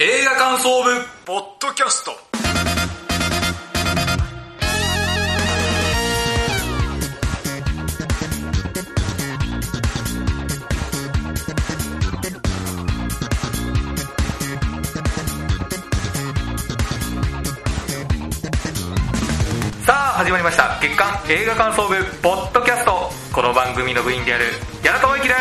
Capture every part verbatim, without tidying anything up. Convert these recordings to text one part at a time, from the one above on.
映画感想部ポッドキャスト。さあ始まりました、月刊映画感想部ポッドキャスト。この番組の部員である矢田智之です。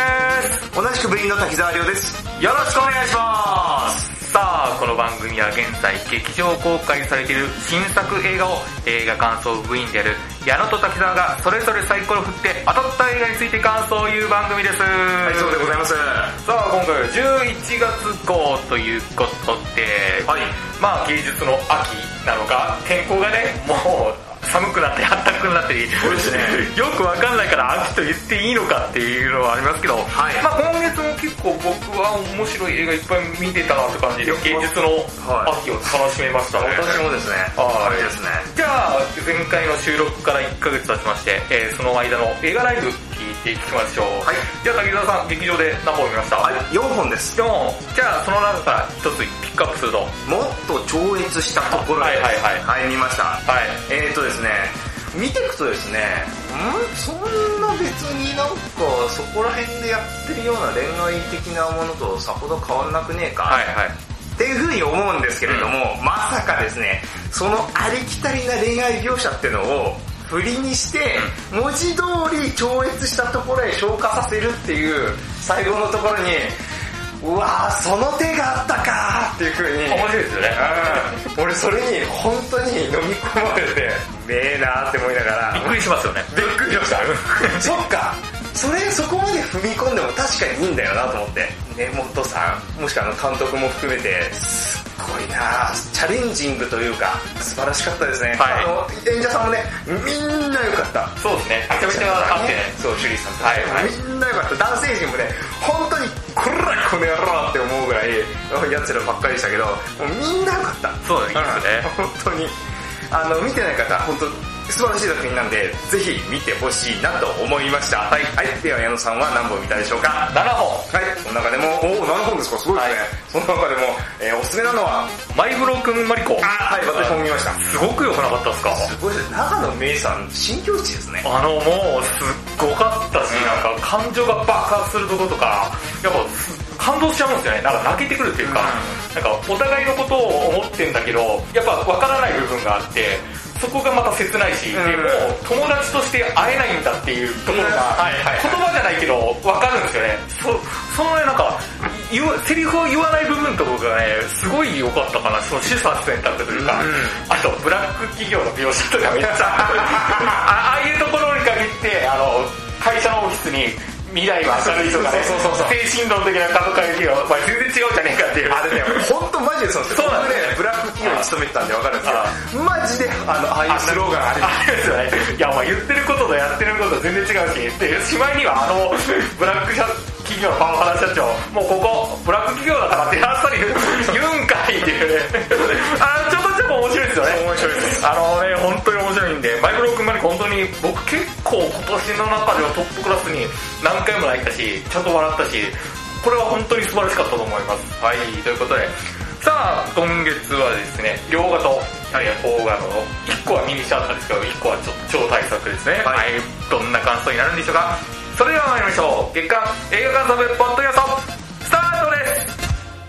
同じく部員の滝沢亮です。 よろしくお願いします。さあこの番組は現在劇場公開されている新作映画を映画感想部員である矢野と滝沢がそれぞれサイコロ振って当たった映画について感想を言う番組です。 はい、そうでございます。 さあ今回はじゅういちがつ号ということで、はい、まあ芸術の秋なのか、天候がねもう寒くなって暖かくなったり、そうですね、よくわかんないから秋と言っていいのかっていうのはありますけど、はい、まあ今月も結構僕は面白い映画いっぱい見てたなって感じで、芸術の秋を楽しめましたね。 私もですね。はい、ですね。 じゃあ前回の収録からいっかげつ経ちまして、えー、その間の映画ライブ聞いていきましょう。はい。じゃあ滝沢さん、劇場で何本見ました？ はい、よんほんです。 よんほん。じゃあその中からひとつピックアップすると、 もっと超越したところで、はいはいはい、はい、見ました。はい。えーとですね、見ていくとですね、んそんな別になんかそこら辺でやってるような恋愛的なものとさほど変わんなくねえか、はいはい、っていう風に思うんですけれども、うん、まさかですね、そのありきたりな恋愛描写っていうのを振りにして、うん、文字通り超越したところへ昇華させるっていう最後のところに、うわぁ、その手があったかーっていう風に。 面白いですよね。 うん、俺それに本当に飲み込まれて、ねえなーって思いながら。 びっくりしますよね。 びっくりしました。そっか。それ、そこまで踏み込んでも確かにいいんだよなと思って。根本さん、もしくはあの監督も含めて、すごいなぁ。チャレンジングというか、素晴らしかったですね。はい、あの、演者さんもね、みんな良かった。 そうですね。めちゃめちゃあってね。 そう、シュリーさんとか、はいはい。みんな良かった。男性陣もね、本当に、こらこの野郎って思うぐらい、奴らばっかりでしたけど、もうみんな良かった。 そうですね。 本当に。あの、見てない方、本当素晴らしい作品なんで、ぜひ見てほしいなと思いました。はい。はい。では矢野さんは何本見たでしょうか？ ななほん。 はい。その中でも、おお、ななほんですか？すごいですね。はい、その中でも、えー、おすすめなのは、 マイブロークンマリコ。 あ、はい、私も見ました。 すごく良くなかったですか？ すごいですね。長野芽郁さん、新境地ですね。 あの、もう、すっごかったし、うん、なんか感情が爆発するところとか、やっぱ、感動しちゃうんですよね。なんか泣けてくるっていうか、うん、なんかお互いのことを思ってんだけど、やっぱ分からない部分があって、そこがまた切ないし、うん、でも友達として会えないんだっていうところが、うんはいはい、言葉じゃないけど分かるんですよね。そ, そのね、なんか言うセリフを言わない部分とかがね、すごい良かったかな。その取捨選択というか、うん、あとブラック企業の描写とかめっちゃああいうところに限ってあの会社のオフィスに未来は明るいとかね、そうそうそうそう、精神論的な角界が、まあ、全然違うじゃねえかっていう。あれね、 ほんとマジでそうなんですよ。そうなんですね。ブラック企業に勤めてたんで分かるんですけど、マジであの、ああいうスローガンあれあれですよね。いや、お前言ってることとやってること全然違うし、で、しまいにはあの、ブラック企業のパワハラ社長、もうここ、ブラック企業だからってやっぱり言うんかいっていうね。あの、ちょこちょこ面白いですよね。 面白いです。 あのね、本当に面白いんで、マイブロークンマリコ本当に僕結構今年の中ではトップクラスに何回も泣いたし、ちゃんと笑ったし、これは本当に素晴らしかったと思います。はい、ということで、さあ、今月はですね、両画と、はい、邦画のいっこはミニシャータですけど、いっこはちょっと超大作ですね。はい、はい、どんな感想になるんでしょうか。それでは参りましょう。月刊映画感想部ポッドキャストスタートです。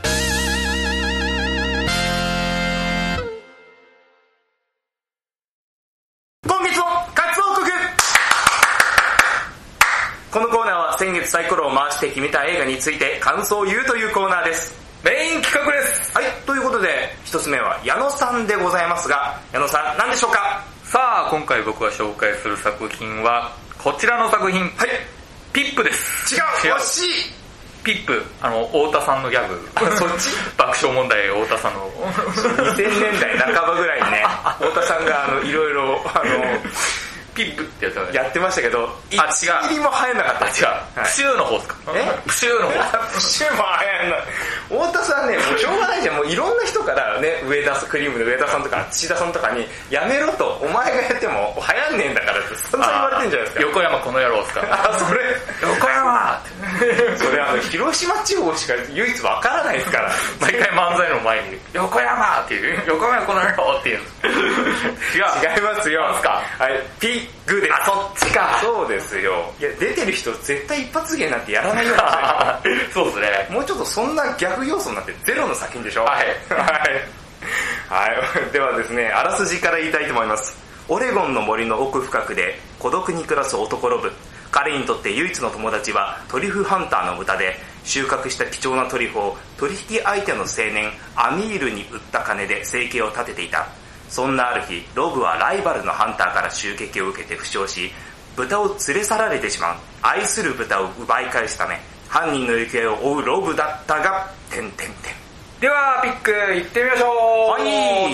今月の活動告。このコーナーは先月サイコロを回して決めた映画について感想を言うというコーナーです。 メイン企画です。 はい、ということで一つ目は矢野さんでございますが、矢野さん何でしょうか？ さあ、今回僕が紹介する作品はこちらの作品。はい、ピップです。 違う、惜しい。 ピップ、あの太田さんのギャグ。 そっち？ 爆笑問題太田さんのにせんねんだいなかばぐらいにね、太田さんがあのいろいろあのピップってやつはやってましたけど、 あ、違う。 一ミリも流行んなかった。 あ、違う。はい、プシューの方ですか？ え？ プシューの方。 プシューも流行んない。太田さんね、もうしょうがないじゃん。もういろんな人からね、上田、クリームの上田さんとか、土田さんとかに、やめろと、お前がやっても流行んねえんだからって、そんな言われてんじゃないですか。 横山この野郎ですから。 あ、それ。 横山って。 それあの広島地方しか唯一わからないですから。 毎回漫才の前に横山っていう、横山この野郎っていう。違う。 違いますよ。 なんすか？ はい、ピッグです。 あ、そっちか。 そうですよ。いや、出てる人絶対一発芸なんてやらないようなそうですね。 もうちょっとそんなギャグ要素になってゼロの作品でしょ？ はい。 はい。はい。ではですね、あらすじから言いたいと思います。オレゴンの森の奥深くで孤独に暮らす男ロブ。彼にとって唯一の友達はトリュフハンターの豚で、収穫した貴重なトリュフを取引相手の青年アミールに売った金で生計を立てていた。そんなある日、ロブはライバルのハンターから襲撃を受けて負傷し、豚を連れ去られてしまう。愛する豚を奪い返すため、犯人の行方を追うロブだったが、てんてんてん。 ではピックいってみましょう。 はい。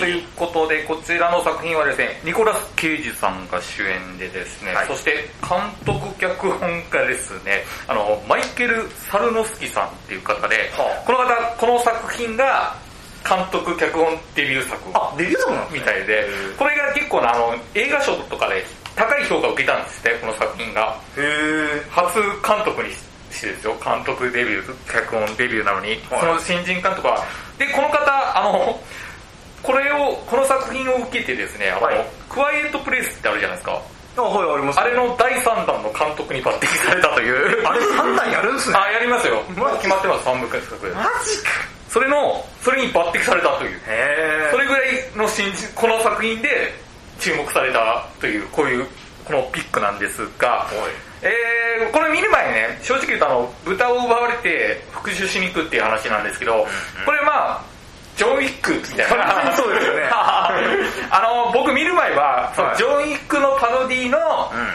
ということで、こちらの作品はですね、ニコラス・ケイジさんが主演でですね、はい、そして監督脚本家ですね、あのマイケル・サルノスキさんっていう方で、はあ、この方、この作品が監督脚本デビュー作あデビュー作なんみたいで、これが結構なあの映画賞とかで高い評価を受けたんですね、この作品が。 へー。 初監督にしてですよ、監督デビュー、脚本デビューなのに、はい、その新人監督は、で、この方、あの、これを、この作品を受けてですね、あの、はい、クワイエットプレイスってあるじゃないですか。 あ、はい、あります、ね。 あれのだいさんだんの監督に抜擢されたという。 あれさんだんやるんすね。 あ、やりますよ。もう決まってます、さんぶんかん作。 マジか。 それの、それに抜擢されたという。 へー。 それぐらいの新人、この作品で注目されたという、こういう、このピックなんですが、えー、これ見る前にね、正直言うとあの、豚を奪われて復讐しに行くっていう話なんですけど、うんうん、これまあ、ジョン・ウィックみたいな。 そうですよね。 あの、僕見る前は、はい、ジョン・ウィックのパロディの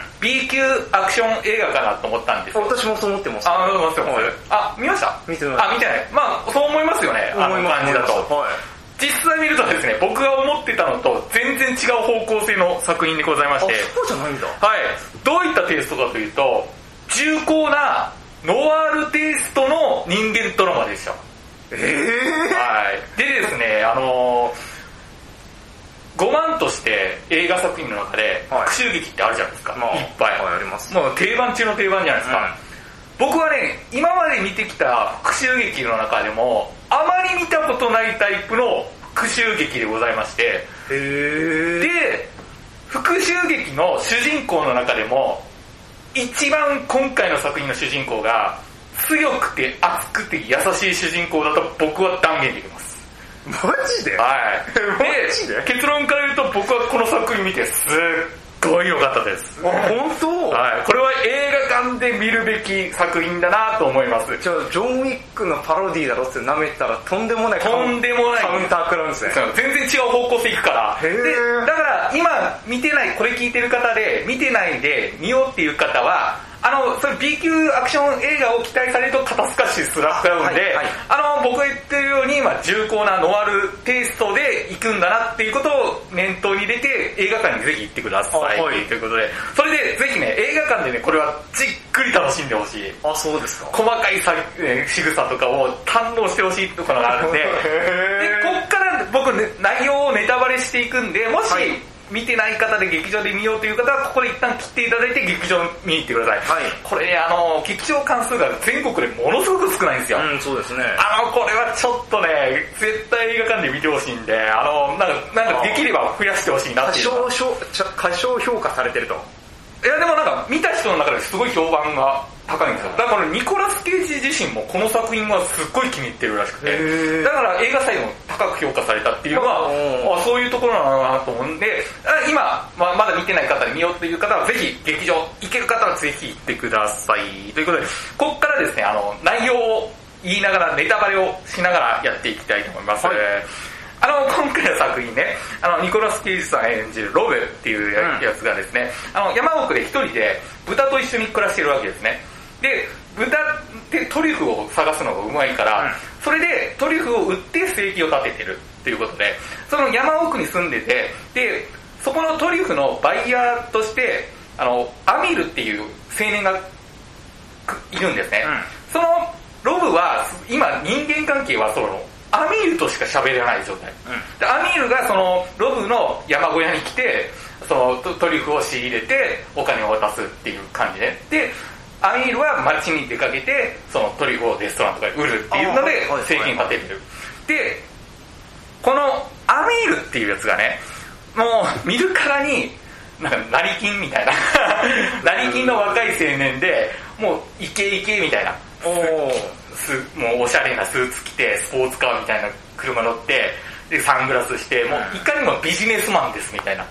B 級アクション映画かなと思ったんですよ。 私もそう思ってます。 あ、思ってます。あ、見ました？ 見てない。 あ、見てない。まあ、そう思いますよね、あの感じだと。はい、実際見るとですね、僕が思ってたのと全然違う方向性の作品でございまして。 あ、そうじゃないんだ。 はい。どういったテイストかというと、重厚なノワールテイストの人間ドラマでした。 えー、 はい。でですね、あのー、ごまんとして映画作品の中で復讐劇ってあるじゃないですか。 まあ、 いっぱい。 はい、あります。 もう定番中の定番じゃないですか。うん、僕はね、今まで見てきた復讐劇の中でも、あまり見たことないタイプの復讐劇でございまして、 へー。 で、復讐劇の主人公の中でも、一番今回の作品の主人公が、強くて熱くて優しい主人公だと僕は断言できます。 マジで？ はい。 マジで？ 結論から言うと僕はこの作品見てすっごい良かったです。 あ、本当？ はい。これは映画館で見るべき作品だなと思います。 じゃあ、ジョン・ウィックのパロディだろって舐めたらとんでもないとんでもないカウンター食らうんですね。 全然違う方向性いくから。 へー。 で、だから今見てない、これ聞いてる方で見てないで見ようっていう方は、あの、それ B 級アクション映画を期待されると肩透かしすら食らうんで、はいはい、あの、僕が言ってるように、まあ、重厚なノワールテイストで行くんだなっていうことを念頭に入れて、映画館にぜひ行ってください。はい、ということで、それでぜひね、映画館でね、これはじっくり楽しんでほしい。 あ、そうですか。 細かいさ、えー、仕草とかを堪能してほしいところがあるんで、で、こっから僕、ね、内容をネタバレしていくんで、もし、はい、見てない方で劇場で見ようという方はここで一旦切っていただいて劇場見に行ってください。はい、これね、あの劇場関数が全国でものすごく少ないんですよ。 うん、そうですね。 あのこれはちょっとね、絶対映画館で見てほしいんで、あのなんかなんかできれば増やしてほしいなっていう。 過小過小評価されてると。 いやでもなんか見た人の中ですごい評判が高いんですよ。だからニコラス・ケイジ自身もこの作品はすっごい気に入ってるらしくて、だから映画祭も高く評価されたっていうのは、あ、そういうところなのかなと思うんで、今、まあ、まだ見てない方で見ようという方はぜひ劇場行ける方はぜひ行ってください。ということで、ここからですね、あの内容を言いながらネタバレをしながらやっていきたいと思います。はい、あの今回の作品ね、あのニコラス・ケイジさん演じるロブっていうやつがですね、うん、あの山奥で一人で豚と一緒に暮らしているわけですね。で、豚ってトリュフを探すのがうまいから、うん、それでトリュフを売って生計を立ててるっていうことで、その山奥に住んでて、でそこのトリュフのバイヤーとしてあのアミルっていう青年がいるんですね。うん、そのロブは今人間関係はそのアミールとしか喋れない状態、うん、でアミールがそのロブの山小屋に来てそのトリュフを仕入れてお金を渡すっていう感じで、でアミールは街に出かけてそのトリュフをレストランとかで売るっていうので生計に立ててる。でこのアミールっていうやつがね、もう見るからになんか成金みたいな成金の若い青年でもうイケイケみたいな、おすもうおしゃれなスーツ着てスポーツカーみたいな車乗ってでサングラスしてもういかにもビジネスマンですみたいな、うん、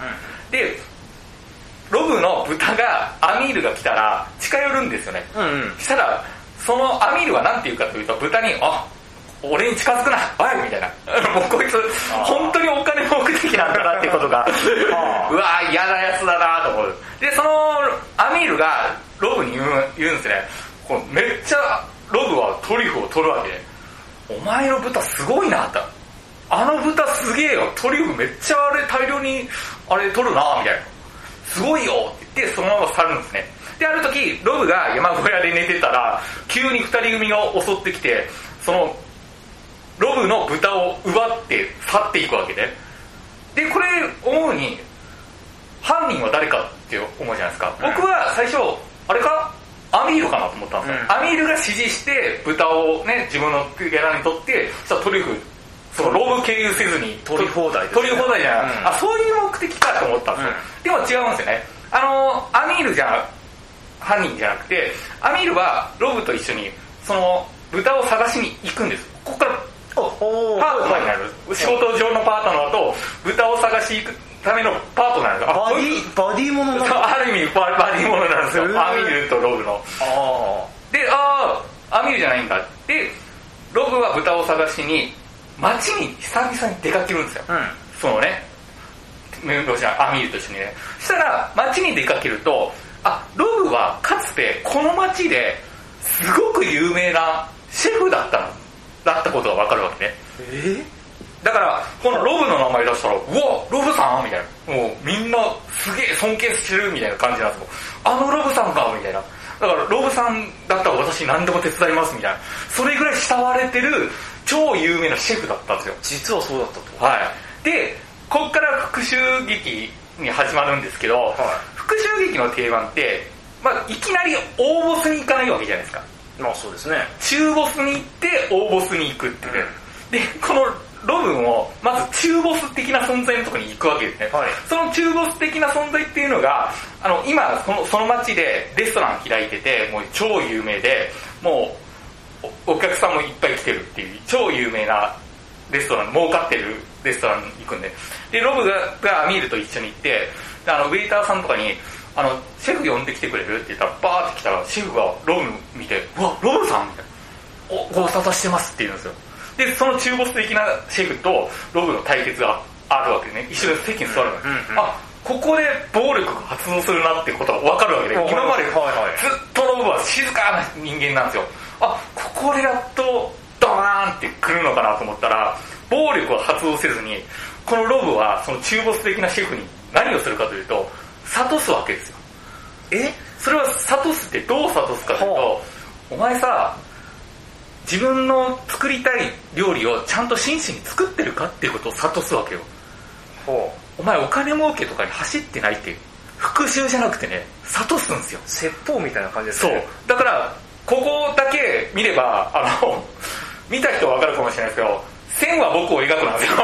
でロブの豚がアミールが来たら近寄るんですよね、うんうん、したらそのアミールは何て言うかというと豚にあ俺に近づくなおいみたいなもうこいつ本当にお金目的なんだなってことがうわー嫌なやつだなと思う。でそのアミールがロブに言う、言うんですね、こうめっちゃロブはトリュフを取るわけで、お前の豚すごいなと、あの豚すげえよ、トリュフめっちゃあれ大量にあれ取るなみたいな、すごいよって言ってそのまま去るんですね。である時ロブが山小屋で寝てたら急に二人組が襲ってきてそのロブの豚を奪って去っていくわけで、でこれ思うに犯人は誰かって思うじゃないですか、うん、僕は最初あれかアミールかなと思ったんですよ、うん、アミールが指示して豚をね自分のギャラに取ってそしたらトリュフそのロブ経由せずに取り放題ですね、 取り放題じゃない、うん、あそういう目的かと思ったんですよ、うん、でも違うんですよね。あのアミールじゃ犯人じゃなくてアミールはロブと一緒にその豚を探しに行くんです。ここからパートナーになる、仕事上のパートナーと豚を探しに行くためのパートナーがバディバディものなんある意味バディものなんですよ、アミールとロブの。あでああアミールじゃないんだでロブは豚を探しに街に久々に出かけるんですよ、うん、そのねロシアアミールと一緒にね。したら街に出かけるとあロブはかつてこの街ですごく有名なシェフだったのだったことが分かるわけね。えー、だからこのロブの名前出したらうわロブさんみたいな、もうみんなすげえ尊敬してるみたいな感じなんですよ。あのロブさんかみたいな、だからロブさんだったら私何でも手伝いますみたいな、それぐらい慕われてる超有名なシェフだったんですよ。 実はそうだったと。 はい。でこっから復讐劇に始まるんですけど、はい、復讐劇の定番って、まあ、いきなり大ボスに行かないわけじゃないですか。 まあそうですね。 中ボスに行って大ボスに行くっていう、うん、でこのロブもまず中ボス的な存在のところに行くわけですね、はい、その中ボス的な存在っていうのがあの今そのその街でレストラン開いててもう超有名でもう お, お客さんもいっぱい来てるっていう超有名なレストラン、儲かってるレストランに行くんで、でロブ が, がアミールと一緒に行ってあのウェイターさんとかにあのシェフ呼んできてくれるって言ったらバーって来たらシェフがロブ見てうわロブさんみたいなおご無沙汰してますって言うんですよ。でその中ボス的なシェフとロブの対決があるわけでね、一緒に席に座るの、うんうんうん、あここで暴力が発動するなってことが分かるわけで、今までずっとロブは静かな人間なんですよ。あここでやっとドーンって来るのかなと思ったら暴力を発動せずにこのロブはその中ボス的なシェフに何をするかというと諭すわけですよ。えそれは諭すってどう諭すかというと、お前さ自分の作りたい料理をちゃんと真摯に作ってるかっていうことを諭すわけよ。ほうお前お金儲けとかに走ってないっていう復讐じゃなくてね諭すんですよ。 説法みたいな感じですね。 そうだからここだけ見ればあの見た人は分かるかもしれないですけど線は僕を描くなんですよ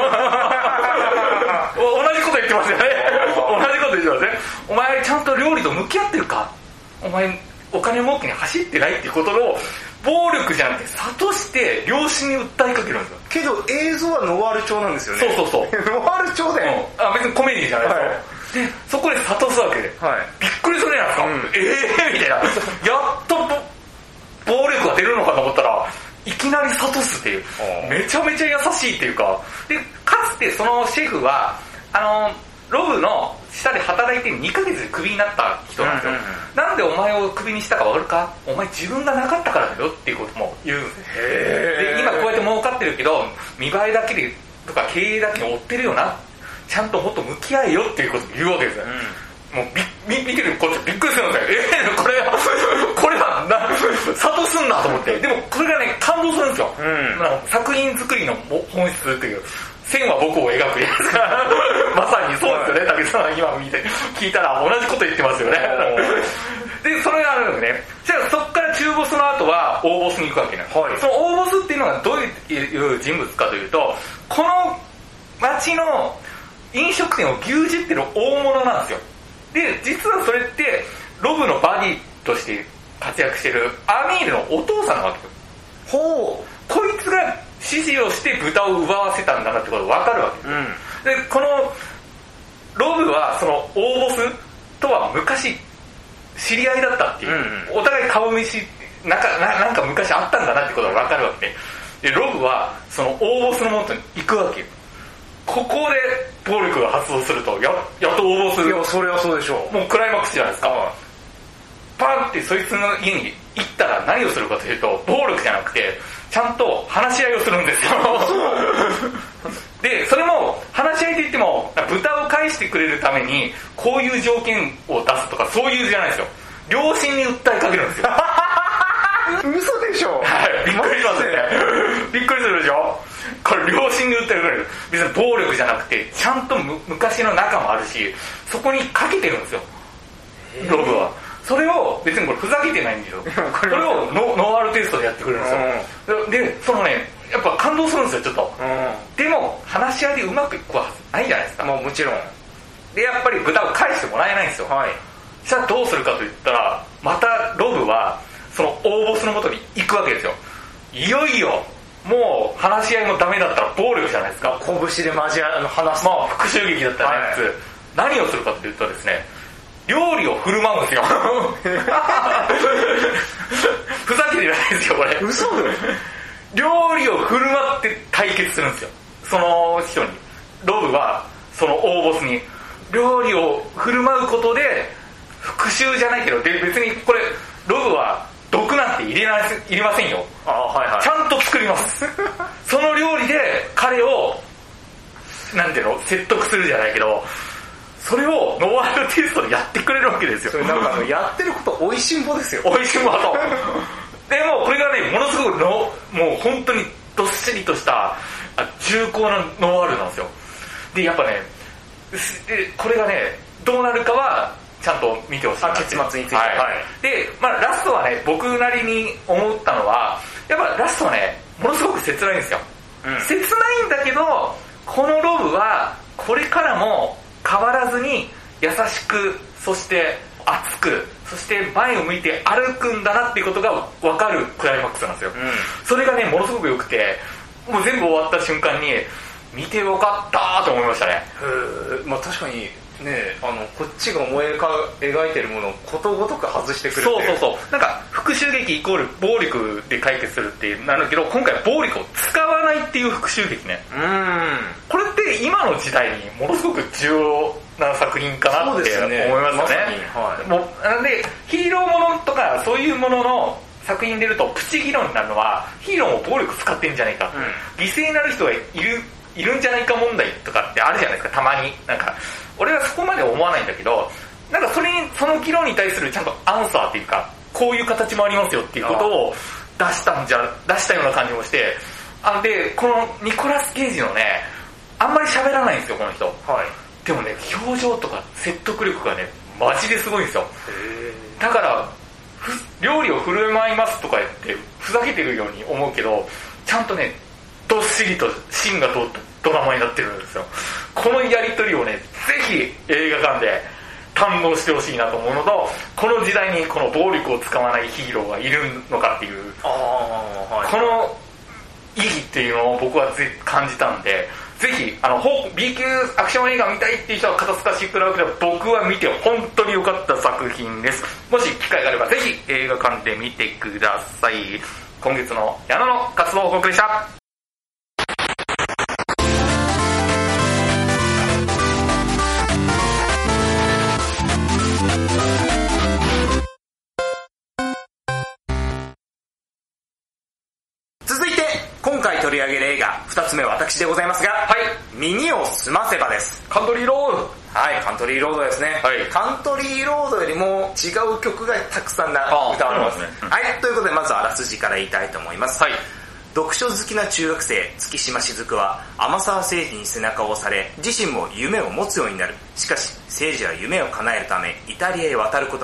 同じこと言ってますよね同じこと言ってますね。お前ちゃんと料理と向き合ってるか、お前お金儲けに走ってないっていうことを暴力じゃなくて諭して良心に訴えかけるんですよ。 けど映像はノワール調なんですよね。 そうそうそうノワール調で、 うん、あ別にコメディじゃないですよ、はい、でそこで諭すわけで、はい、びっくりするじゃないですか、うん、えーみたいなやっと暴力が出るのかと思ったらいきなり諭すっていうめちゃめちゃ優しいっていうかで、かつてそのシェフはあのロブの下で働いてにかげつでクビになった人なんですよ、うんうんうん、なんでお前をクビにしたか分かるか、お前自分がなかったからだよっていうことも言うんですよ。で今こうやって儲かってるけど見栄えだけでとか経営だけに追ってるよな、ちゃんともっと向き合えよっていうことを言うわけですよ、うん、もうび見てるこっちびっくりするんですよ。えー、これはこれはな諭すんなと思って、でもこれがね感動するんですよ、うん、作品作りの本質っていう線は僕を描くやつがまさにそうですよね、はい、武さん今見て聞いたら同じこと言ってますよねでそれがあるんですね。じゃあそっ大ボスに行くわけね、はい、その大ボスっていうのがどういう人物かというと、この町の飲食店を牛耳ってる大物なんですよ。で実はそれってロブのバディとして活躍してるアミールのお父さんなわけよ。 ほう。 こいつが指示をして豚を奪わせたんだなってことが分かるわけです、うん、でこのロブはその大ボスとは昔知り合いだったっていう、うんうん、お互い顔見知なんか、なんか昔あったんだなってことが分かるわけで、でロブはその大ボスのもとに行くわけよ。ここで暴力が発動すると や, やっと大ボス、 いやそれはそうでしょう、 もうクライマックスじゃないですか、うん、パンってそいつの家に行ったら何をするかというと、暴力じゃなくてちゃんと話し合いをするんですよでそれも話し合いといっても豚を返してくれるためにこういう条件を出すとかそういうじゃないですよ。両親に訴えかけるんですよ嘘でしょ。 はい、びっくりしますねびっくりするでしょ。これ両親に訴えかける、別に暴力じゃなくてちゃんと昔の仲もあるし、そこにかけてるんですよロブは。それを別にこれふざけてないんですよこれを ノ, ノワールテイストでやってくれるんですよ、うん、でそのねやっぱ感動するんですよちょっと、うん、でも話し合いでうまくいくはずないじゃないですか。 まあもちろんでやっぱり豚を返してもらえないんですよ、はい、そしたらどうするかといったら、またロブはその大ボスの元に行くわけですよ。いよいよもう話し合いもダメだったら暴力じゃないですか。 拳で交わ話す、 まあ復讐劇だったらやつ、はい、何をするかというとですね、料理を振る舞うんですよふざけてないですよこれ。 嘘料理を振る舞って対決するんですよ。その人にロブはその大ボスに料理を振る舞うことで復讐じゃないけど、で別にこれロブは毒なんて入れな入れませんよ。 あ、はいはい、 ちゃんと作りますその料理で彼をなんていうの説得するじゃないけど、それをノワールテイストでやってくれるわけですよ。 それなんかあのやってることおいしんぼですよ。 おいしんぼだとでもこれがねものすごくのもう本当にどっしりとした重厚なノワールなんですよ。でやっぱねでこれがねどうなるかはちゃんと見てほしいなって。 結末について、 はいはい、で、まあ、ラストはね僕なりに思ったのはやっぱラストはねものすごく切ないんですよ、うん、切ないんだけどこのロブはこれからも変わらずに優しく、そして熱く、そして前を向いて歩くんだなっていうことが分かるクライマックスなんですよ、うん、それがねものすごく良くて、もう全部終わった瞬間に見てよかったと思いましたね。 へー、まあ確かにね、あのこっちが思い描いてるものをことごとく外してくるっていう。 そうそうそう、なんか復讐劇イコール暴力で解決するっていうなんだけど、今回は暴力を使わないっていう復讐劇ね。 うーん、 これって今の時代にものすごく重要な作品かなって思いますね。 そうですね、まさに、 はい、もうなんでヒーローものとかそういうものの作品に出るとプチ議論になるのは、ヒーローも暴力使ってんじゃないか、うん、犠牲になる人がいるいるんじゃないか問題とかってあるじゃないですか、たまに。なんか俺はそこまで思わないんだけど、なんかそれにその議論に対するちゃんとアンサーっていうか、こういう形もありますよっていうことを出したんじゃ出したような感じもして、あでこのニコラス・ケイジのね、あんまり喋らないんですよこの人、はい、でもね表情とか説得力がねマジですごいんですよ。だから料理を振る舞いますとか言ってふざけてるように思うけど、ちゃんとねどっしりと芯が通ったドラマになってるんですよ。このやりとりをねぜひ映画館で堪能してほしいなと思うのと、この時代にこの暴力を使わないヒーローがいるのかっていう、あ、はい、この意義っていうのを僕はぜ感じたんで、ぜひあの B 級アクション映画見たいっていう人は肩透かし食らうけど、僕は見て本当に良かった作品です。もし機会があればぜひ映画館で見てください。今月の矢野の活動報告でした。 今回取り上げる映画ふたつめは私でございますが、はい、耳をすませばです。 カントリーロード。 はい、カントリーロードですね、はい、カントリーロードよりも違う曲がたくさんな歌われますね、うん、はい、ということでまずあらすじから言いたいと思います、はい、読書好きな中学生月島雫は天沢誠治に背中を押され、自身も夢を持つようになる。しかし誠治は夢を叶えるためイタリアへ渡ることに。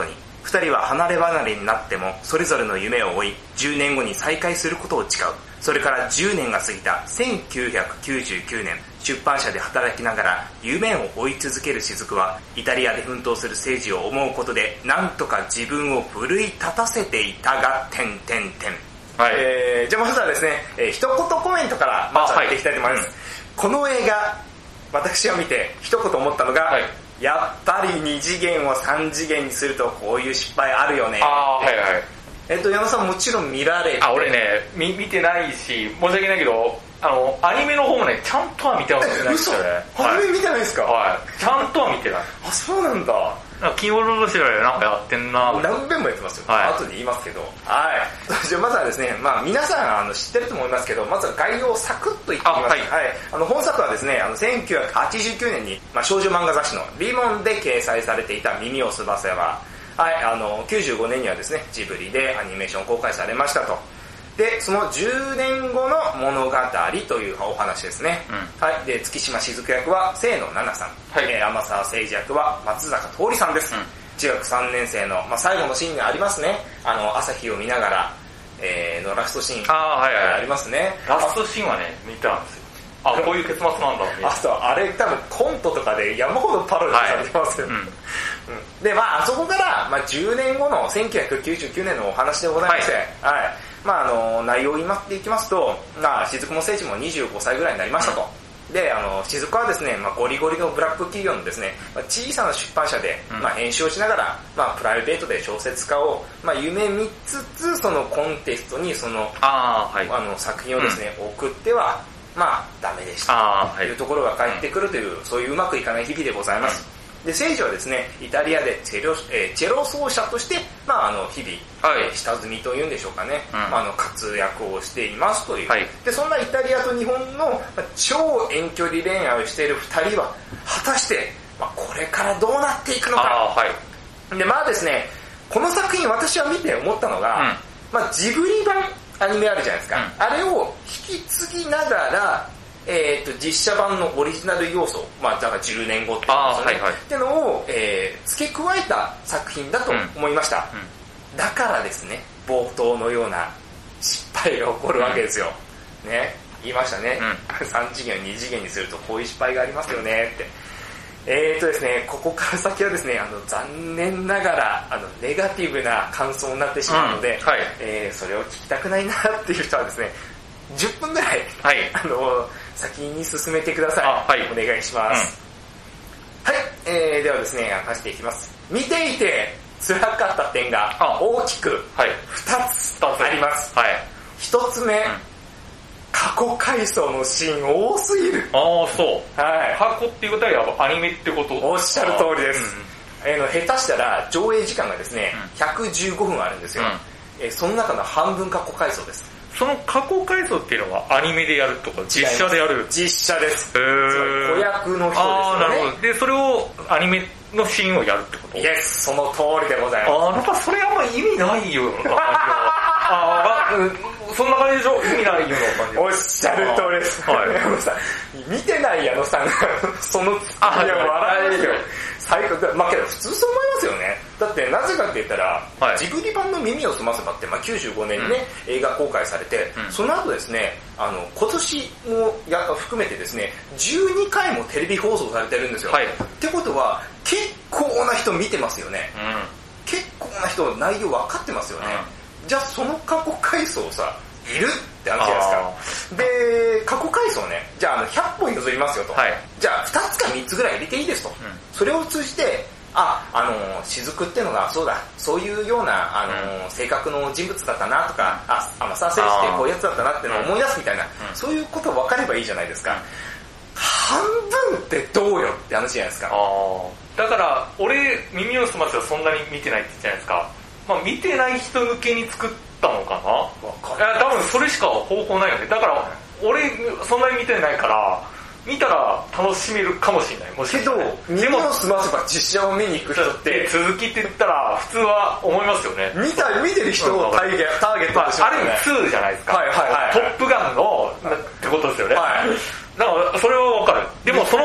二人は離れ離れになってもそれぞれの夢を追い、じゅうねんごに再会することを誓う。それからじゅうねんが過ぎたせんきゅうひゃくきゅうじゅうきゅうねん、出版社で働きながら夢を追い続ける雫は、イタリアで奮闘する聖司を思うことでなんとか自分を奮い立たせていたが、点々点。はい、えー、じゃあまずはですね、えー、一言コメントからまずは見ていきたいと思います。はい、この映画、私が見て一言思ったのが、はい、やっぱりに次元をさん次元にするとこういう失敗あるよね。 あー、はいはい。 えっと、矢野さんもちろん見られて。 あ、俺ね、見見てないし、申し訳ないけど、あの、アニメの方もね、ちゃんとは見てないですよね。 アニメ見てないですか？ はい。ちゃんとは見てない。 あ、そうなんだ。 なんか金曜ロードショーでなんかやってんな。 何遍もやってますよ。はい。後で言いますけど。はい。じゃあまずはですね、まあ皆さんあの知ってると思いますけど、まずは概要をサクッと言ってみます。はい。はい。あの本作はですね、あのせんきゅうひゃくはちじゅうきゅうねんに、まあ少女漫画雑誌のリボンで掲載されていた耳をすませば、はい、あの、きゅうじゅうごねんにはですね、ジブリでアニメーション公開されましたと。で、そのじゅうねんごの物語というお話ですね。うん、はい。で、月島雫役は清野奈々さん。はい。えー、天沢誠二役は松坂桃李さんです。うん、中学さんねん生の、まあ、最後のシーンがありますね。あの、朝日を見ながら、えー、のラストシーン。 ああ、はいはい、はい。 ありますね。 ラストシーンはね、見たんですよ。あ、こういう結末なんだろうね。 あ、そう、あれ多分コントとかで山ほどパロディされてますよ、はい。うんうん、で、まああそこから、まあ、じゅうねんごのせんきゅうひゃくきゅうじゅうきゅうねんのお話でございまして、はい。はい、まああの、内容を言っていきますと、まあ、雫も聖司もにじゅうごさいぐらいになりましたと。うん、で、あの、雫はですね、まあ、ゴリゴリのブラック企業のですね、まあ、小さな出版社で、まあ、編集をしながら、まあ、プライベートで小説家を、まあ、夢見つつ、そのコンテストにその、あ、はい、あの、作品をですね、うん、送っては、まあ、ダメでした。というところが返ってくるという、そういううまくいかない日々でございます。で、聖司はですね、イタリアでチェロ、えー、チェロ奏者として、まあ、あの、日々、はい、えー、下積みというんでしょうかね、うん、まあ、あの、活躍をしていますという。はい、で、そんなイタリアと日本の、まあ、超遠距離恋愛をしている二人は、果たして、まあ、これからどうなっていくのか。はい、で、まあですね、この作品私は見て思ったのが、うん、まあ、ジブリ版、アニメあるじゃないですか。うん、あれを引き継ぎながら、えっと、実写版のオリジナル要素、まあ、だからじゅうねんごってことですよね。はいはい、ってのを、えー、付け加えた作品だと思いました。うんうん、だからですね、冒頭のような失敗が起こるわけですよ。うん、ね、言いましたね。うん、さん次元をに次元にするとこういう失敗がありますよねって。えーとですね、ここから先はですね、あの、残念ながら、あの、ネガティブな感想になってしまうので、うん、はい、えー、それを聞きたくないなっていう人はですね、じゅっぷんぐらい、はい、あの、先に進めてください。はい、お願いします。うん、はい、えー、ではですね、話していきます。見ていて辛かった点が大きくふたつあります。はい、ひとつめ、うん、過去回想のシーン多すぎる。 ああ、そう。はい。過去っていうことはアニメってこと？ おっしゃる通りです。うん、えー、の下手したら上映時間がですね、うん、ひゃくじゅうごふんあるんですよ。うん、えー、その中の半分過去回想です。 その過去回想っていうのはアニメでやるとか実写でやる？ 実写です。へー。子役の人ですよね。 ああ、なるほど。で、それをアニメのシーンをやるってこと？ イエス、その通りでございます。 ああ、なんかそれあんま意味ないような感じは。ああ、そんな感じでしょ？意味ないような感じ。 おっしゃる通りです。はい。あのさ、見てない矢野さんが、そのツッコミは笑えるよ。最高だ。まあけど普通そう思いますよね。だってなぜかって言ったら、はい、ジブリ版の耳をすませばって、まあ、きゅうじゅうごねんにね、うん、映画公開されて、うん、その後ですね、あの、今年もや含めてですね、じゅうにかいもテレビ放送されてるんですよ。はい、ってことは、結構な人見てますよね。うん、結構な人内容分かってますよね。うん、じゃあその過去回想さ、いるって話じゃないですか。で、過去回想ね、じゃあ、あのひゃっぽん譲りますよと。はい、じゃあふたつかみっつぐらい入れていいですと。うん、それを通じて、あ、あの、雫っていうのが、そうだ、そういうような、あの、うん、性格の人物だったなとか、あ、天沢誠司ってこういうやつだったなっていうのを思い出すみたいな、うん、そういうこと分かればいいじゃないですか。うん、半分ってどうよって話じゃないですか。 あ、だから、俺、耳をすませはそんなに見てないって言ってじゃないですか。まあ見てない人向けに作ったのかな？いや、多分それしか方法ないよね。だから、俺、そんなに見てないから、見たら楽しめるかもしれない。もしけど、耳をすませば実写を見に行く人って、 続きって言ったら普通は思いますよね。 見た、見てる人をターゲット、ターゲットでしょ、 まあ、ある意味ツーじゃないですか。はいはいはい。トップガンの、ってことですよね。はい。だから、それはわかる。でも、その作り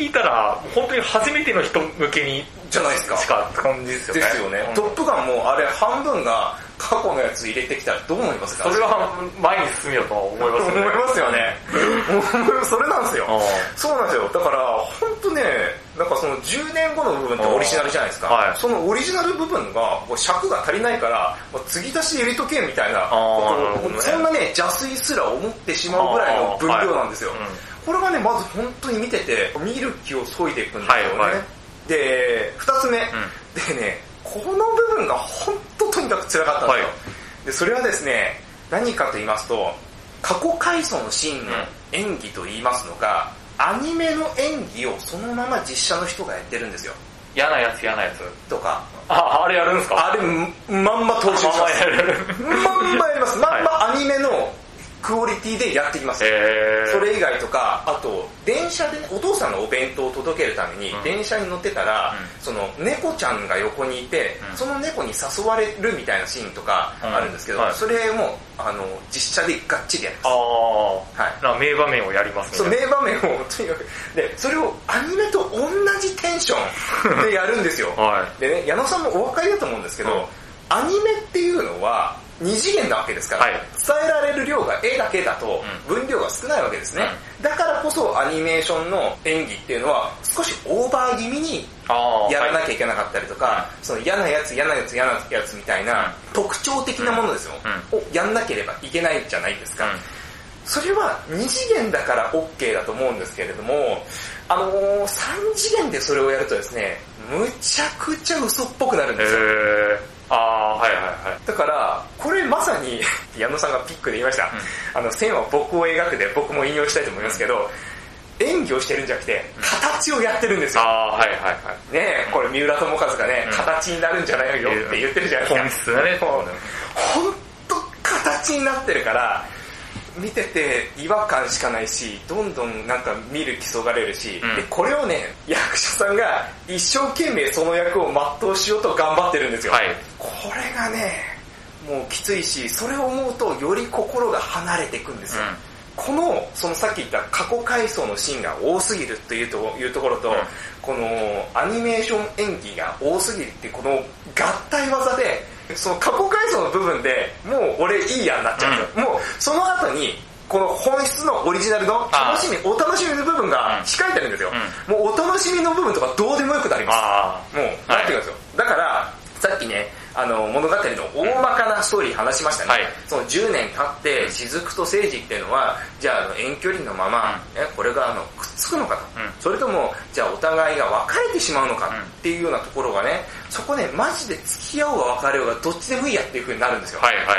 聞いたら本当に初めての人向けにじゃないですかしか感じですよね。 ですよね、うん、トップガンもあれ半分が過去のやつ入れてきたらどう思いますか？ それは前に進めようと思いますよね。 思いますよね。それなんですよ。そうなんですよ。だから本当ね、なんかそのじゅうねんごの部分ってオリジナルじゃないですか。はい、そのオリジナル部分が尺が足りないから継ぎ足し入れとけみたいな、ね、そんなね邪推すら思ってしまうぐらいの分量なんですよ。はい、うん、これがねまず本当に見てて見る気を削いでいくんですよね。はいはい、で二つ目、うん、でねこの部分が本当とにかく辛かったんですよ。はい、でそれはですね何かと言いますと過去回想のシーンの演技と言いますのが、アニメの演技をそのまま実写の人がやってるんですよ。 嫌なやつ嫌なやつとか、 ああれやるんですか？ あれまんま踏襲します。まんまやります。まんまアニメのクオリティでやってきます。それ以外とか、あと電車で、ね、お父さんのお弁当を届けるために電車に乗ってたら、うん、その猫ちゃんが横にいて、うん、その猫に誘われるみたいなシーンとかあるんですけど、うんはい、それもあの実写でがっちりやります。あ、 はい、名場面をやりますね。 そう、名場面をとにかくでそれをアニメと同じテンションでやるんですよ。はい、でね、矢野さんもお分かりだと思うんですけど、うん、アニメっていうのは二次元なわけですから、はい、伝えられる量が絵だけだと分量が少ないわけですね。うん、だからこそアニメーションの演技っていうのは少しオーバー気味にやらなきゃいけなかったりとか、はい、その嫌なやつ嫌なやつ嫌なやつみたいな特徴的なものですよ、うん、をやんなければいけないじゃないですか。うん、それは二次元だから OK だと思うんですけれども、あのー、三次元でそれをやるとですね、むちゃくちゃ嘘っぽくなるんですよ。 ああ、はいはいはい。 だから、これまさに、矢野さんがピックで言いました。うん、あの、線は僕を描くで僕も引用したいと思いますけど、うん、演技をしてるんじゃなくて、形をやってるんですよ。 ああ、はいはいはい。 ねえ、これ三浦友和がね、うん、形になるんじゃないよって言ってるじゃないですか。 本質だね。 ほんと形になってるから、見てて違和感しかないし、どんどんなんか見る気そがれるし、うん、でこれをね役者さんが一生懸命その役を全うしようと頑張ってるんですよ。はい、これがねもうきついし、それを思うとより心が離れていくんですよ。うん、このそのさっき言った過去回想のシーンが多すぎるというというところと、うん、このアニメーション演技が多すぎるってこの合体技で。その過去回想の部分でもう俺いいやになっちゃうんですよ。うん、もうその後にこの本質のオリジナルの楽しみ、お楽しみの部分が控えてるんですよ。うん、もうお楽しみの部分とかどうでもよくなります。もうなってくるんですよ。だからさっきねあの物語の大まかなストーリー話しましたね。はい、そのじゅうねん経って雫と誠治っていうのはじゃあ遠距離のまま、うん、えこれがあのくっつくのかと、うん、それともじゃあお互いが別れてしまうのかっていうようなところがね、そこねマジで付き合おうが別れようがどっちでもいいやっていう風になるんですよ。はいはいはい、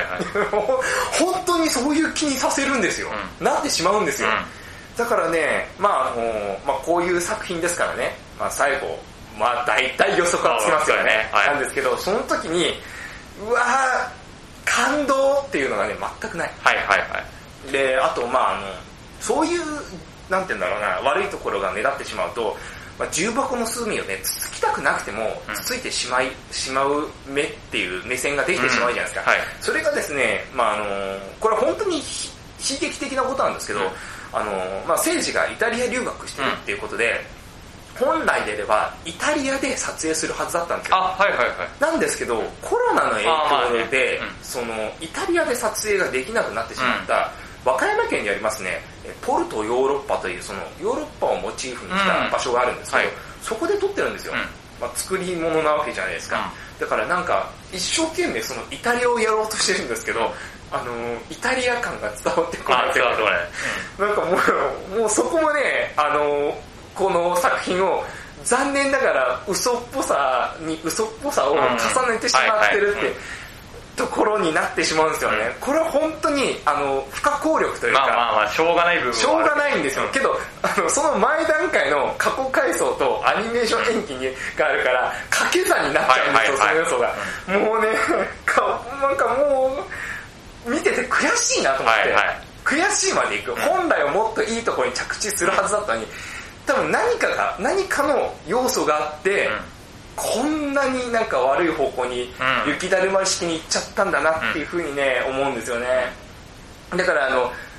本当にそういう気にさせるんですよ。うん、なってしまうんですよ。うん、だからねまああの、まあ、こういう作品ですからね、まあ、最後まあ大体予測はつきますよね。はい、なんですけど、その時に、うわー、感動っていうのがね、全くない。はいはいはい。で、あとまああの、そういう、なんて言うんだろうな、悪いところが目立ってしまうと、まあ、重箱の隅をね、つつきたくなくても、つついてしまい、しまう目っていう目線ができてしまうじゃないですか。うんはい、それがですね、まああの、これは本当に悲劇的なことなんですけど、うん、あの、まあ、誠治がイタリア留学してるっていうことで、本来であればイタリアで撮影するはずだったんですよ。 あ、はいはいはい。 なんですけど、コロナの影響で、ねうん、そのイタリアで撮影ができなくなってしまった、うん、和歌山県にありますね、ポルトヨーロッパというそのヨーロッパをモチーフにした場所があるんですけど、うんはい、そこで撮ってるんですよ。うんまあ、作り物なわけじゃないですか。うん、だからなんか一生懸命そのイタリアをやろうとしてるんですけど、あのイタリア感が伝わってこない。あ、伝わってこない。うん、なんかもうもうそこもね、あのこの作品を残念ながら嘘っぽさに嘘っぽさを重ねてしまってるってところになってしまうんですよね。これは本当にあの不可抗力というか、 まあまあまあしょうがない部分はしょうがないんですよ。けどあのその前段階の過去回想とアニメーション演技があるから掛け算になっちゃうんですよ、その要素が。もうねなんかもう見てて悔しいなと思って、はいはい、悔しいまでいく。本来はもっといいところに着地するはずだったのに、多分何かが何かの要素があって、うん、こんなになんか悪い方向に雪だるま式に行っちゃったんだなっていう風にね、うん、思うんですよね。だからあの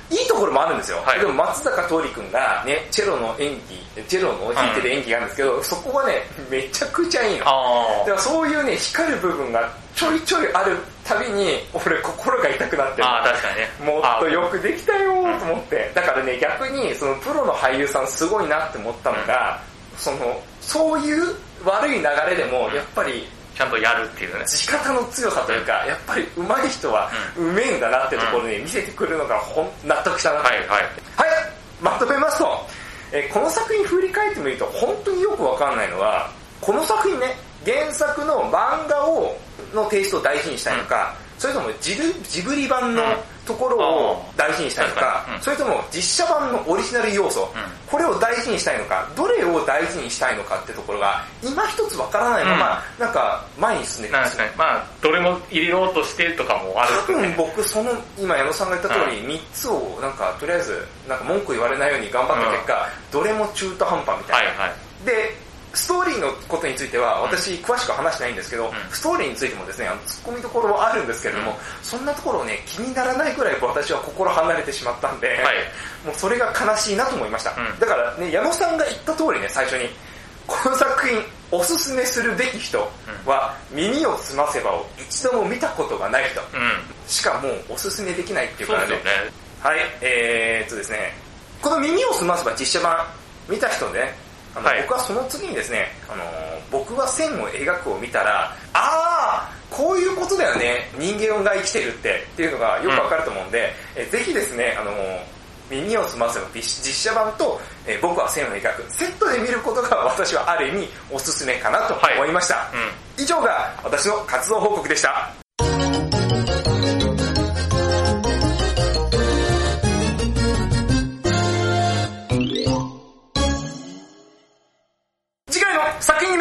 いいところもあるんですよ。 はい、 でも松坂桃李くんがね、チェロの演技、チェロの弾いてる演技があるんですけど、うん、そこがね、めちゃくちゃいいの。だからそういうね、光る部分がちょいちょいあるたびに、俺心が痛くなってる。 ああ、確かにね。 もっとよくできたよと思って。だからね、逆に、そのプロの俳優さんすごいなって思ったのが、うん、その、そういう悪い流れでも、やっぱり、 ちゃんとやるっていうね。 仕方の強さというか、やっぱり上手い人はうめえんだなってところに見せてくるのがほん納得したなと。 はいはい。 はい、まとめますと、えー、この作品振り返ってみると本当によくわかんないのは、この作品ね、原作の漫画を、のテイストを大事にしたいのか、うん、それともジブ、ジブリ版のところを大事にしたいのか、うん、それとも実写版のオリジナル要素、うん、これを大事にしたいのか、どれを大事にしたいのかってところが今一つわからないまま、うん、なんか前に進んでるんですよ。 確かに。まあ、どれも入れようとしてとかもあるんですよね。 多分僕、その、今矢野さんが言った通り、みっつをなんかとりあえず、なんか文句言われないように頑張った結果、うん、どれも中途半端みたいな。はいはい、で、ストーリーのことについては私詳しく話してないんですけど、うん、ストーリーについてもですね、あの突っ込みどころはあるんですけれども、うん、そんなところをね、気にならないぐらい私は心離れてしまったんで、はい、もうそれが悲しいなと思いました。うん、だからね、矢野さんが言った通りね、最初に、この作品おすすめするべき人は、耳を澄ませばを一度も見たことがない人、うん、しかもうおすすめできないっていうからね。 そうですよね。 はい、えーっとですね、この耳を澄ませば実写版見た人でね、あのはい、僕はその次にですね、あのー、僕は線を描くを見たら、あー、こういうことだよね、人間が生きてるってっていうのがよくわかると思うんで、うん、えぜひですね、あのー、耳を澄ませば実写版と、えー、僕は線を描くセットで見ることが私はある意味おすすめかなと思いました。はい、うん、以上が私の活動報告でした。作品にめ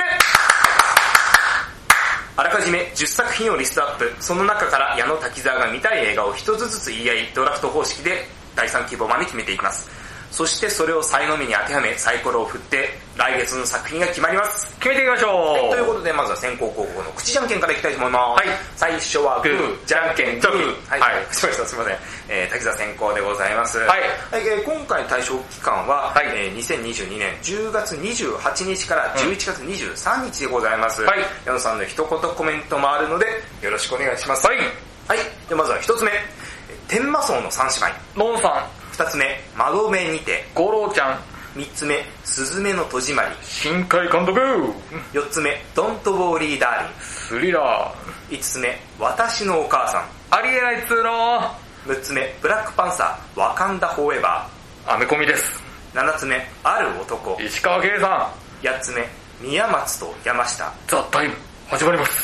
あらかじめじゅっさく品をリストアップ。その中から矢野滝沢が見たい映画を一つずつ言い合い、ドラフト方式でだいさん希望まで決めていきます。そしてそれをサイの目に当てはめサイコロを振って来月の作品が決まります。 決めていきましょう。 はい、ということでまずは先行後攻の口じゃんけんからいきたいと思います。はい、最初はグーじゃんけんドー。はい、はい、すみません、すみません、えー、滝沢先行でございます。はい、はい、えー、今回対象期間は、はい、えー、にせんにじゅうにねんじゅうがつにじゅうはちにちからじゅういちがつにじゅうさんにちでございます。はい、矢野さんの一言コメントもあるのでよろしくお願いします。はい、はい、でまずは一つ目、天魔荘の三姉妹。 ノンさん。 二つ目、窓辺にて。 五郎ちゃん。 三つ目、すずめの戸締まり。 新海監督。 四つ目、ドントウォーリーダーリン。 スリラー。五つ目、私のお母さん。 ありえないっつーの。 六つ目、ブラックパンサー、ワカンダフォーエバー。アメコミです。 七つ目、ある男。 石川圭さん。八つ目、宮松と山下。 ザ・タイム、始まります。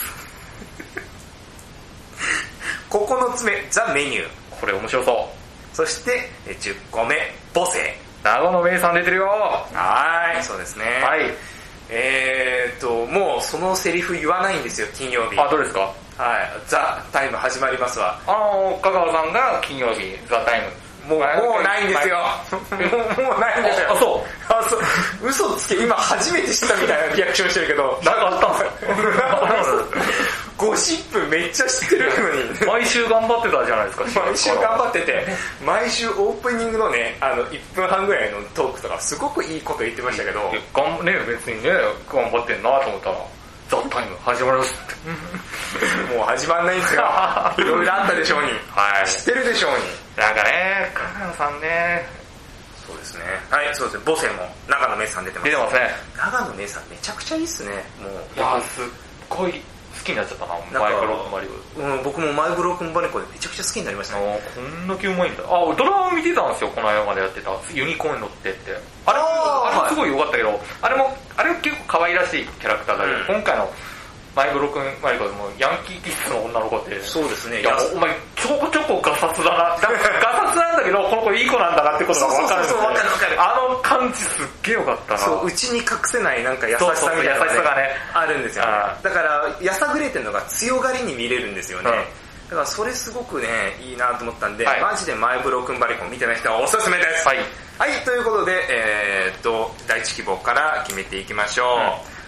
九つ目、ザ・メニュー。 これ面白そう。 そしてじゅっこめ、母性。 長野めいさん出てるよ。 はい、そうですね。はい。えーっと、もうそのセリフ言わないんですよ、金曜日。 あ、どれですか？ はい、ザ・タイム始まりますわ。 あの、香川さんが金曜日、ザ・タイム。 もう、もうないんですよ。もう、もうないんですよ。 あ、そう。 あ、そう。嘘つけ、今初めて知ったみたいなリアクションしてるけど。 なんかあったんですか？ ゴシップめっちゃ知ってるのに。 毎週頑張ってたじゃないですか。 毎週頑張ってて、毎週オープニングのね、あの、いっぷんはんぐらいのトークとかすごくいいこと言ってましたけど。 がんね、別にね、頑張ってんなと思ったら、ザ・タイム始まりますって。 もう始まんないんですよ。いろいろあったでしょうに。はい。知ってるでしょうに。 なんかね、香川さんね。 そうですね。はい、そうですね。母性も長野めいさん出てます。 出てますね。 長野めいさんめちゃくちゃいいっすね。もう。 いやすっごい好きになっちゃったな、マイブロックンバリコ。 うん、僕もマイブロックンバリコでめちゃくちゃ好きになりましたね。 あ、こんだけうまいんだ。あ、ドラマ見てたんですよ、この間までやってた。ユニコーンに乗ってって。あれも、あれもすごい良かったけど、あれも、あれも結構可愛らしいキャラクターだけど、うん、今回のマイブロックンバリコでもヤンキーキッズの女の子って。 そうですね。 いや、お前、ちょこちょこガサツだな。ガサツなんだけど、この子いい子なんだなってことが分かるんですよ。そうそうそう、分かる分かる。あの感じすっげえ良かったな。 そう、うちに隠せないなんか優しさみたいな、ね、 そうそう、優しさがね。 あるんですよ、ね。だから、やさぐれてるのが強がりに見れるんですよね。うん、だからそれすごくね、いいなと思ったんで、はい、マジでマイブロックンバリコン見てない人はおすすめです。はい。はい、ということで、えー、っと、第一希望から決めていきましょう。うん、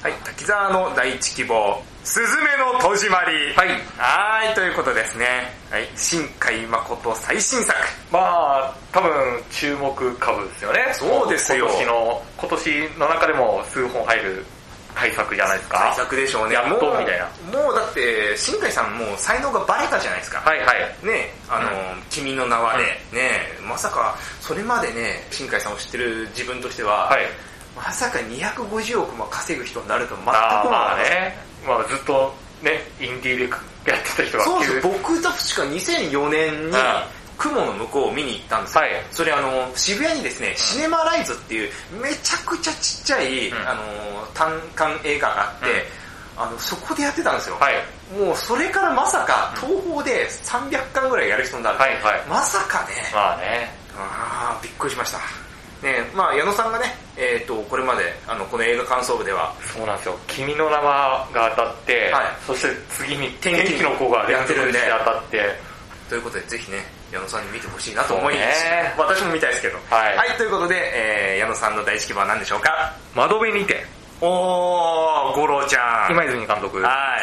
はい、滝沢の第一希望、すずめの戸締まり。 はい。 はい、ということですね。はい、新海誠最新作。 まあ、多分注目株ですよね。 そうですよ。 今年の、今年の中でも数本入る大作じゃないですか。 大作でしょうね。 やっとみたいな。 もうだって、新海さんもう才能がバレたじゃないですか。 はいはい。 ね、あの、うん、君の名はで、うん、ね、まさか、それまでね、新海さんを知ってる自分としては、はい、まさかにひゃくごじゅうおくも稼ぐ人になると全く思わなかった。 まあね、まあずっとね、インディーでやってた人が。 そうそう、僕確かにせんよねんに、雲の向こうを見に行ったんですよ。はい、それあの、渋谷にですね、うん、シネマライズっていうめちゃくちゃちっちゃい、うん、あの、単館映画があって、うん、あの、そこでやってたんですよ。はい、もうそれからまさか、東宝でさんびゃっかんぐらいやる人になる。はいはい、まさかね。 まあね。 ああ、びっくりしました。ね、まあ矢野さんがね、えっ、ー、とこれまであのこの映画感想部ではそうなんですよ。君の名はが当たって、はい、そして次に天気の子が連続して当たって、 ということでぜひね矢野さんに見てほしいなと思います。ね、私も見たいですけど。はい、はい、ということで、えー、矢野さんの第一希望は何でしょうか。 窓辺にて。 おー、五郎ちゃん。 今泉監督。はい。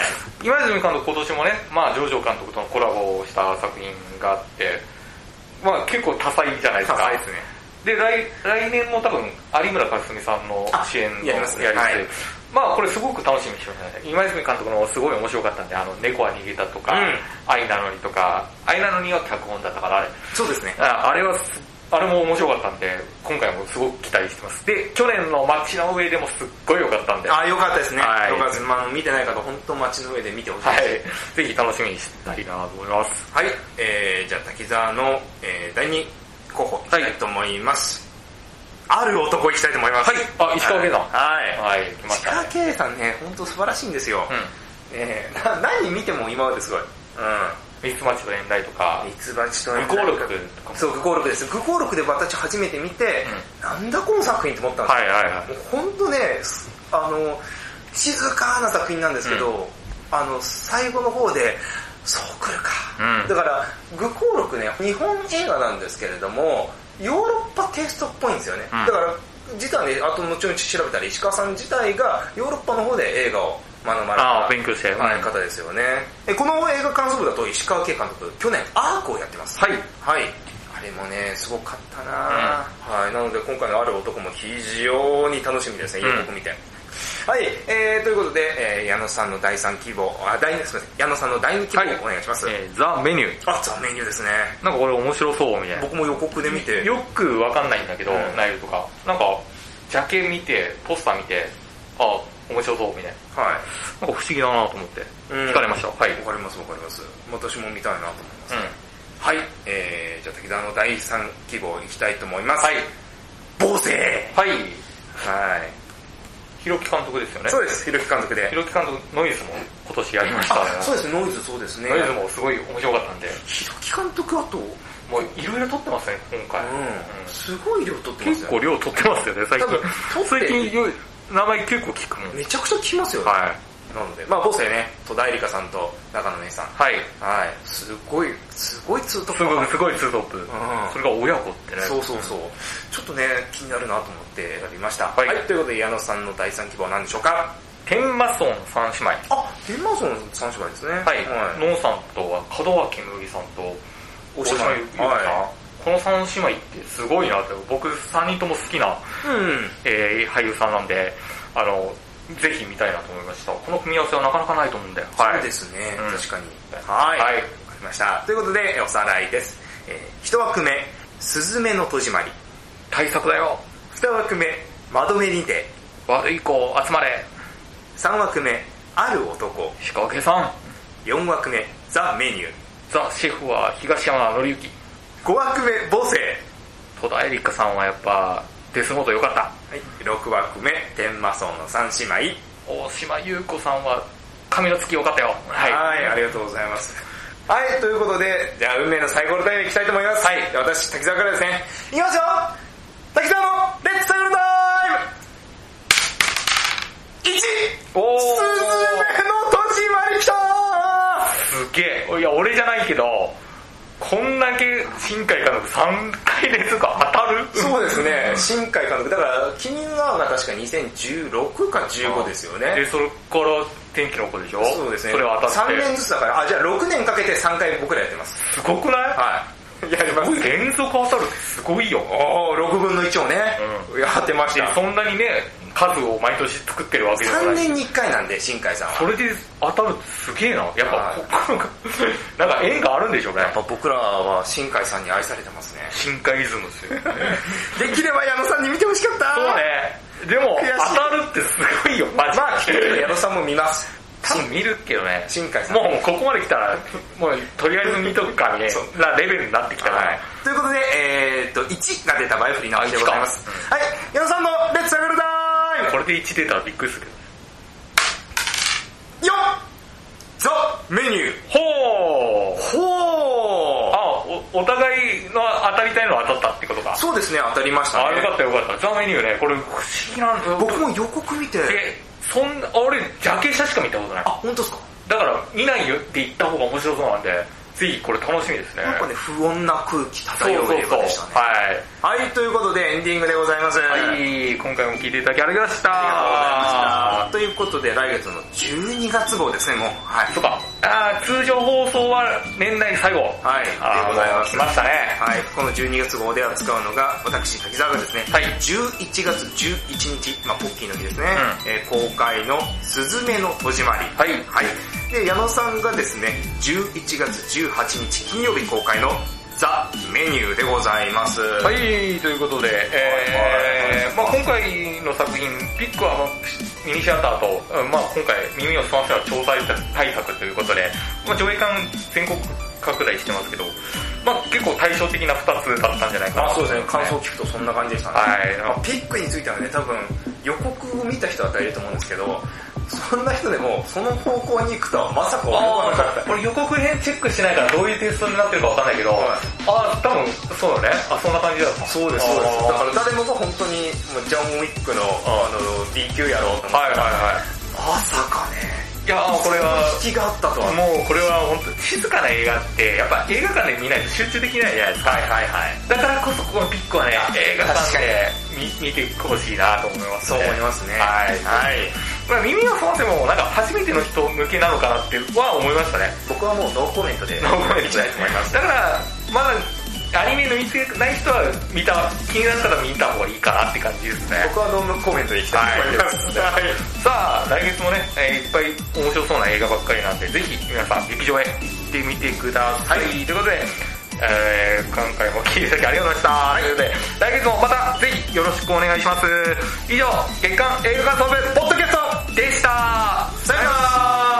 今泉監督今年もね、まあ上条監督とのコラボをした作品があって、まあ結構多彩じゃないですか。 多彩ですね。 で、来、来年も多分、有村架純さんの主演のやりますね。はい、まあこれすごく楽しみにしてますね。今泉監督のすごい面白かったんで、あの、猫は逃げたとか、うん、愛なのにとか、愛なのには脚本だったからあれ。 そうですね。 あ, あれは、あれも面白かったんで、今回もすごく期待してます。で、去年の街の上でもすっごい良かったんで。 あ、良かったですね。はい。よかったです。まあ見てない方、本当街の上で見てほしいです。はい。ぜひ楽しみにしたいなと思います。 はい。えー、じゃあ滝沢の、えー、だいに候補いきたいと思います。はい、ある男いきたいと思います。 はい。あ、石川圭さん。 はい。 はい。来ました、ね。 石川圭さんね、本当素晴らしいんですよ。うん。ねな、何見ても今まですごい。うん。 ミツバチと遠雷とか。 ミツバチと遠雷。愚行録とか。 そう、愚行録です。愚行録で私初めて見て、うん、なんだこの作品と思ったんですよ。はいはいはい。もう本当ね、あの、静かな作品なんですけど、うん、あの、最後の方で、そう来るか。うん、だから、愚行録ね、日本映画なんですけれども、ヨーロッパテイストっぽいんですよね。うん、だから、実はね、あと後々調べたら石川さん自体がヨーロッパの方で映画を学ばれた勉強してる方ですよね。えこの映画感想部だと石川圭監督、去年アークをやってます。 はい。 はい。あれもね、すごかったな、うん、はい。なので今回のある男も非常に楽しみですね、予告見て。はい、えー、ということで、えー、矢野さんのだいさん希望、あ、第二、すみません、矢野さんのだいに希望、はい、お願いします。 えー、ザ・メニュー。 あ、ザ・メニューですね。 なんかこれ面白そうみたいな。 僕も予告で見て。 よくわかんないんだけど、うん、内容とか。なんか、ジャケ見て、ポスター見て、あ、面白そうみたいな。はい。なんか不思議だなと思って、惹かれました。はい。 わかりますわかります。私も見たいなと思います、ね。うん。はい、えー、じゃあ滝沢のだいさん希望いきたいと思います。はい。坊勢。 はい。 はい。 ひろき監督ですよね。 そうです、ひろき監督で。 ひろき監督、ノイズも今年やりましたね。 そうです、ノイズそうですね。 ノイズもすごい面白かったんで。 ひろき監督あと、 もういろいろ撮ってますね、今回。うん。 すごい量撮ってますね。 結構量撮ってますよね、最近。最近、名前結構聞くもん。 めちゃくちゃ聞きますよね。はい。なので、まあ、ボスでね、戸田恵梨香さんと中野芽郁さん。はい。はい。すごい、すごいツートップ。 すごい、すごいツートップ。うん。それが親子ってね。 そうそうそう。ちょっとね、気になるなと思って選びました。はい。はい、ということで、矢野さんのだいさん希望は何でしょうか。 天魔荘の三姉妹。 あ、天魔荘の三姉妹ですね。はい。 はい、ノンさんとは門脇麦さんと大島優子さん。はい。この三姉妹ってすごいなって、僕さんにんとも好きな、うんえー、俳優さんなんで、あの、ぜひ見たいなと思いました。この組み合わせはなかなかないと思うんで。 はい、そうですね、うん、確かに。はい。はい。わかりました。ということで、おさらいです。えー、一枠目、すずめの戸締まり。 大作だよ。 二枠目、窓辺にて。 悪い子集まれ。 三枠目、ある男。 石川圭さん。 四枠目、ザ・メニュー。 ザ・シェフは東山紀之。 五枠目、母性。 戸田恵梨香さんはやっぱ、デスノート良かった。はい。ろく枠目、天魔荘の三姉妹。 大島優子さんは、髪の月良かったよ。 はい。はい、ありがとうございます。はい、ということで、じゃあ運命のサイコロタイムいきたいと思います。はい。私、滝沢からですね。いきますよ。滝沢のレッツサイコロタイム !いち! おー。すずめの戸締まりきたーすげえ。いや、俺じゃないけど、こんだけ新海監督さんかい連続当たたるそうですね、新海監督。だから、君の名は確かにせんじゅうろくかじゅうごですよね。 で、それから天気の子でしょ。 そうですね。 それは当たって。 さんねんずつだから、あ、じゃあろくねんかけてさんかい僕らやってます。 すごくない？ はい。やります。 連続当たるってすごいよ。 おー、ろくぶんのいちをね、うん、やってました。 そんなにね、数を毎年作ってるわけじゃない。 さんねんにいっかいなんで、新海さんは。 それで当たるってすげえな。やっぱ、なんか縁があるんでしょうね。 やっぱ僕らは新海さんに愛されてますね。 新海イズムですよ。 できれば矢野さんに見てほしかった。 そうね。でも、当たるってすごいよ、マジで。 まあ、きっと矢野さんも見ます。 多分見るけどね。 新海さん。 もうここまで来たら、もうとりあえず見とくかね、なレベルになってきたから、はい。 ということで、えーっと、いちが出た前振りの話でございます。はい、矢野さんのレッツアグルタイム。 これでいち出たらびっくりするけど。よっザ・メニュー。 ほーほーあお、お互いの当たりたいのは当たったってことか。 そうですね、当たりましたね。 あ、よかったよかった。ザ・メニューね、これ不思議なんだよ。 僕も予告見て。 え、そんな、俺、ジャケ写しか見たことない。 あ、本当ですか？ だから、見ないよって言った方が面白そうなんで、ぜひこれ楽しみですね。 なんかね、不穏な空気漂う映画でしたね。はい。はい、ということでエンディングでございます。 はい、今回も聞いていただきありがとうございました。 ありがとうございました。ということで、来月のじゅうにがつ号ですね、もう。はい。 そうか。あ通常放送は年内最後。 はい。でございます。 来ましたね。 はい。このじゅうにがつ号で扱うのが、私、滝沢がですね、はい。じゅういちがつじゅういちにち、まあ、ポッキーの日ですね、うんえー、公開のすずめの戸締まり。はい。はい。で、矢野さんがですね、じゅういちがつじゅうはちにち金曜日公開のザ・メニューでございます。 はい、ということで、えー、まあ今回の作品、ピックはミニシアターと、まあ今回耳を澄ませの調査対策ということで、まあ上映館全国拡大してますけど、まあ結構対照的なふたつだったんじゃないかな。 あ、そうですね、感想を聞くとそんな感じでしたね。はい。まあ、ピックについてはね、多分予告を見た人はいると思うんですけど、そんな人でもその方向に行くとはまさか思わなかった。 俺予告編チェックしないからどういうテイストになってるかわかんないけど、はい、あ、多分そうだね。あ、そんな感じだった。 そうです、そうです。だから誰もが本当にもうジョン・ウィックのあの B 級やろうと思って。はいはいはい。まさかね。 いやーこれは引きがあったとはもうこれは本当静かな映画ってやっぱ映画館で見ないと集中できないじゃないですか。はいはいはい。だからこそこのピックはね映画館で 見, 見てほしいなと思いますね。そう思いますね。はいはい。 まあ、耳を澄ませもなんか初めての人向けなのかなっては思いましたね。 僕はもうノーコメントでノーコメントでいきたいと思います。だからまだアニメの見てない人は見た気になる方は見た方がいいかなって感じですね。 僕はノーコメントでいきたいと思います。はい、 さあ来月もね、えー、いっぱい面白そうな映画ばっかりなんでぜひ皆さん劇場へ行ってみてください。はい、ということで、えー、今回も聞いていただきありがとうございました。はい、ということで来月もまたぜひよろしくお願いします。以上月刊映画感想部ポッドキャストでした。 さよなら。